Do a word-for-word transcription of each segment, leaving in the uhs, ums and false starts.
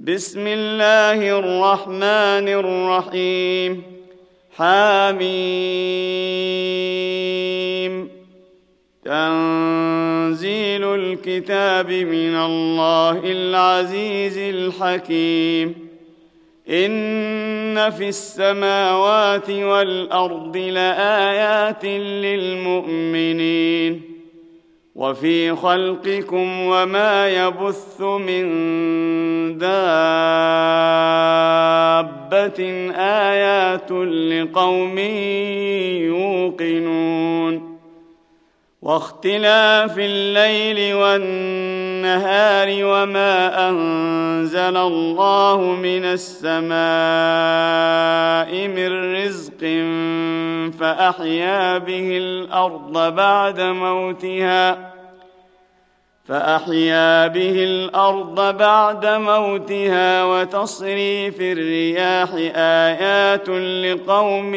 بسم الله الرحمن الرحيم. حميم. تنزيل الكتاب من الله العزيز الحكيم. إن في السماوات والأرض لآيات للمؤمنين وفي خلقكم وما يبث من دابة آيات لقوم يوقنون. واختلاف الليل والنهار وما أنزل الله من السماء من رزق فأحيا به الأرض بعد موتها فأحيا به الأرض بعد موتها وتصريف الرياح آيات لقوم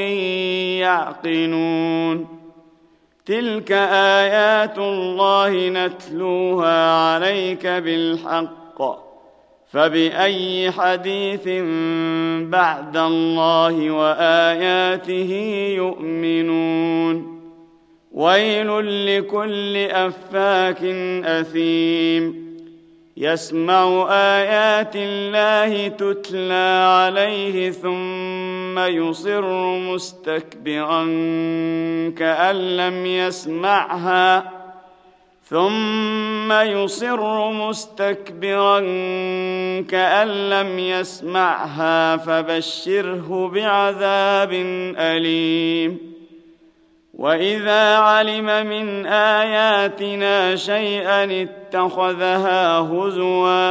يعقلون. تلك آيات الله نتلوها عليك بالحق فبأي حديث بعد الله وآياته يؤمنون. ويل لكل أفاك أثيم يسمع آيات الله تتلى عليه ثم يصر مستكبرا كأن لم يسمعها ثم يصر مستكبرا كأن لم يسمعها فبشره بعذاب أليم. وإذا علم من آياتنا شيئا اتخذها هزوا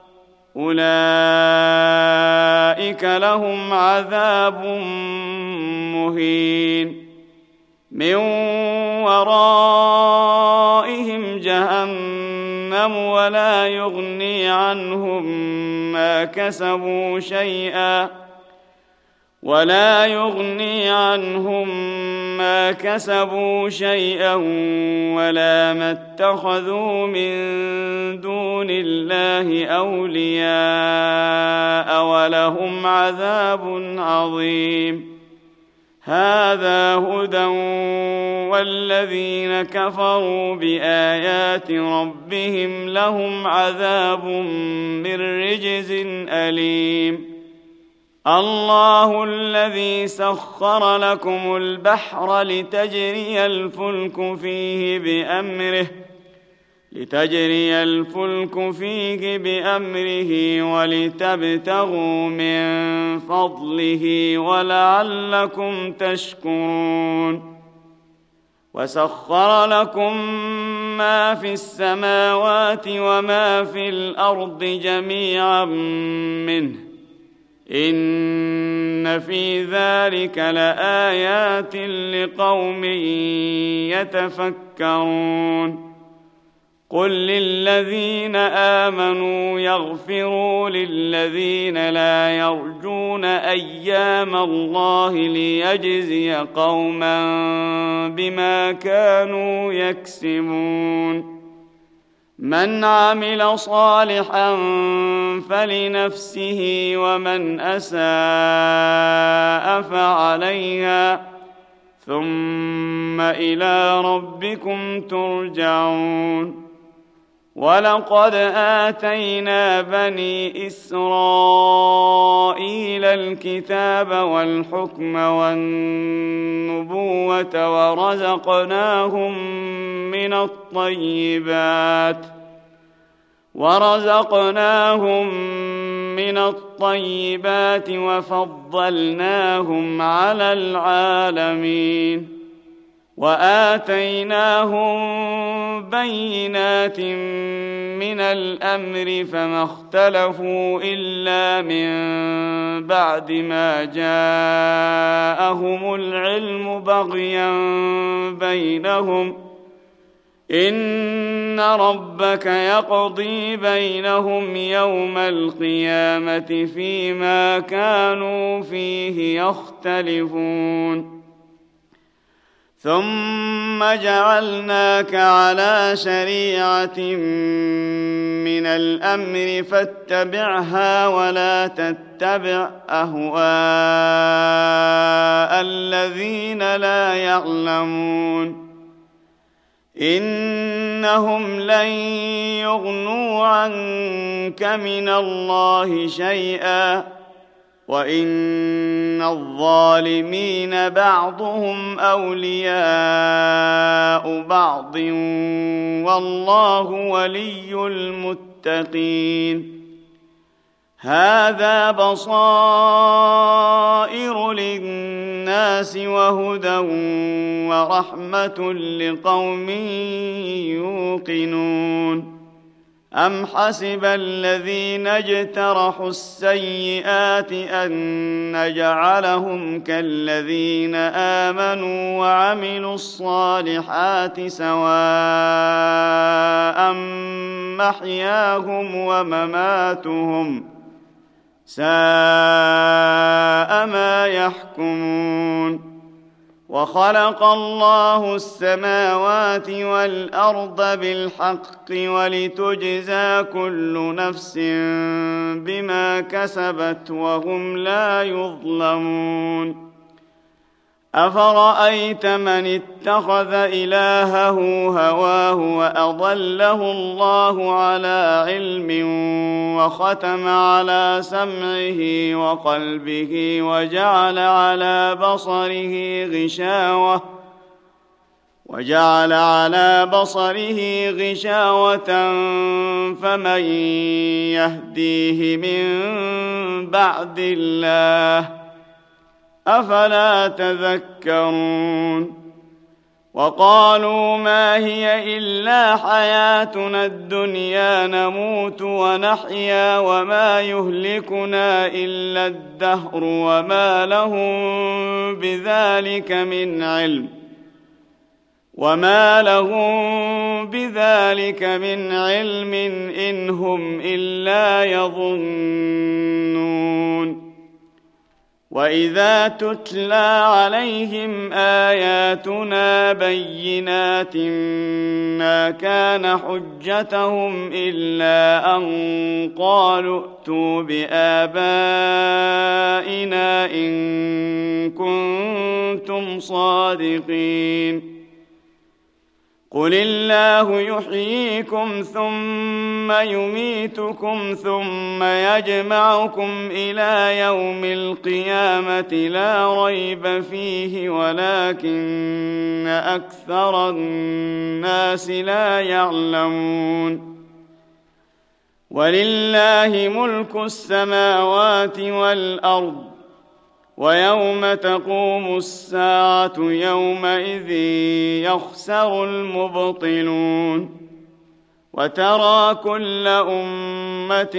أولئك لهم عذاب مهين من ورائهم جهنم ولا يغني عنهم ما كسبوا شيئا ولا يغني عنهم ما كسبوا شيئا ولا ما اتخذوا من دون الله أولياء ولهم عذاب عظيم. هذا هدى والذين كفروا بآيات ربهم لهم عذاب من رجز أليم. الله الذي سخر لكم البحر لتجري الفلك فيه بأمره لتجري الفلك فيه بأمره ولتبتغوا من فضله ولعلكم تشكرون. وسخر لكم ما في السماوات وما في الأرض جميعا منه إن في ذلك لآيات لقوم يتفكرون. قل للذين آمنوا يغفروا للذين لا يرجون أيام الله ليجزي قوما بما كانوا يكسبون. من عمل صالحا فلنفسه ومن أساء فعليها ثم إلى ربكم ترجعون. ولقد آتينا بني إسرائيل الكتاب والحكم والنبوة ورزقناهم من الطيبات ورزقناهم من الطيبات وفضلناهم على العالمين. وآتيناهم بينات من الأمر فما اختلفوا إلا من بعد ما جاءهم العلم بغيا بينهم إن ربك يقضي بينهم يوم القيامة فيما كانوا فيه يختلفون. ثم جعلناك على شريعة من الأمر فاتبعها ولا تتبع أهواء الذين لا يعلمون إنهم لن يغنوا عنك من الله شيئا وإن الظالمين بعضهم أولياء بعض والله ولي المتقين هذا بصائر للناس وهدى ورحمة لقوم يوقنون أم حسب الذين اجترحوا السيئات أن نجعلهم كالذين آمنوا وعملوا الصالحات سواء محياهم ومماتهم ساء ما يحكمون وخلق الله السماوات والأرض بالحق ولتجزى كل نفس بما كسبت وهم لا يظلمون أفرأيت من اتخذ إلهه هواه وأضله الله على علم وختم على سمعه وقلبه وجعل على بصره غشاوة وجعل على بصره غشاوة فمن يهديه من بعد الله أفلا تذكرون وقالوا ما هي إلا حياتنا الدنيا نموت ونحيا وما يهلكنا إلا الدهر وما لهم بذلك من علم وما لهم بذلك من علم إن هم إلا يظنون وإذا تتلى عليهم آياتنا بينات ما كان حجتهم إلا أن قالوا ائتوا بآبائنا إن كنتم صادقين قل الله يحييكم ثم يميتكم ثم يجمعكم إلى يوم القيامة لا ريب فيه ولكن أكثر الناس لا يعلمون ولله ملك السماوات والأرض ويوم تقوم الساعة يومئذ يخسر المبطلون وترى كل أمة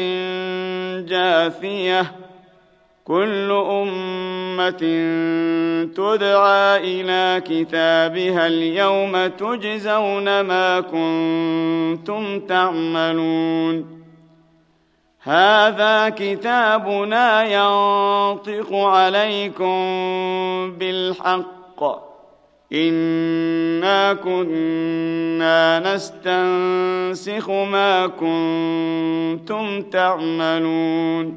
جاثية كل أمة تدعى إلى كتابها اليوم تجزون ما كنتم تعملون هذا كتابنا ينطق عليكم بالحق إنا كنا نستنسخ ما كنتم تعملون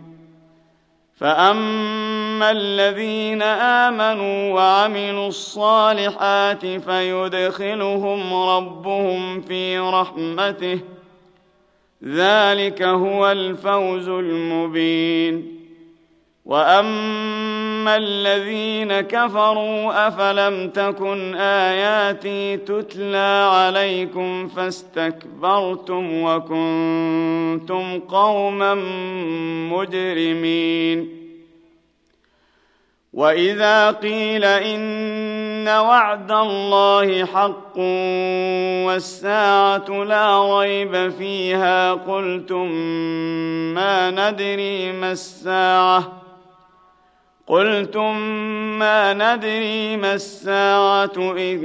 فأما الذين آمنوا وعملوا الصالحات فيدخلهم ربهم في رحمته ذلك هو الفوز المبين وأما الذين كفروا أفلم تكن آياتي تتلى عليكم فاستكبرتم وكنتم قوما مجرمين وإذا قيل إن وعد الله حق والساعة لا ريب فيها قلتم ما ندري ما الساعة قلتم ما ندري ما الساعة إن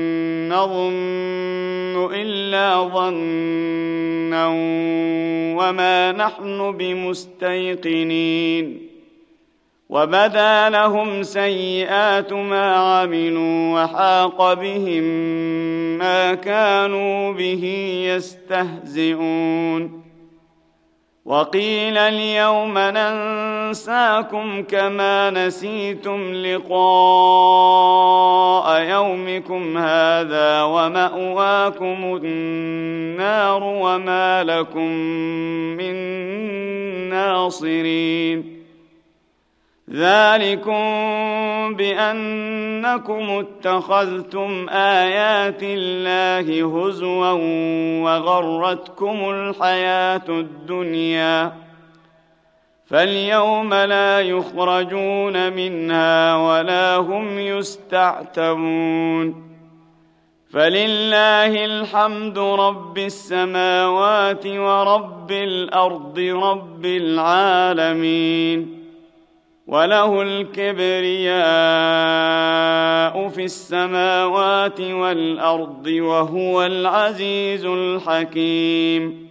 نظن إلا ظنا وما نحن بمستيقنين وبدا لهم سيئات ما عملوا وحاق بهم ما كانوا به يستهزئون وقيل اليوم ننساكم كما نسيتم لقاء يومكم هذا ومأواكم النار وما لكم من ناصرين ذلكم بأنكم اتخذتم آيات الله هزوا وغرتكم الحياة الدنيا فاليوم لا يخرجون منها ولا هم يستعتبون فلله الحمد رب السماوات ورب الأرض رب العالمين وله الكبرياء في السماوات والأرض وهو العزيز الحكيم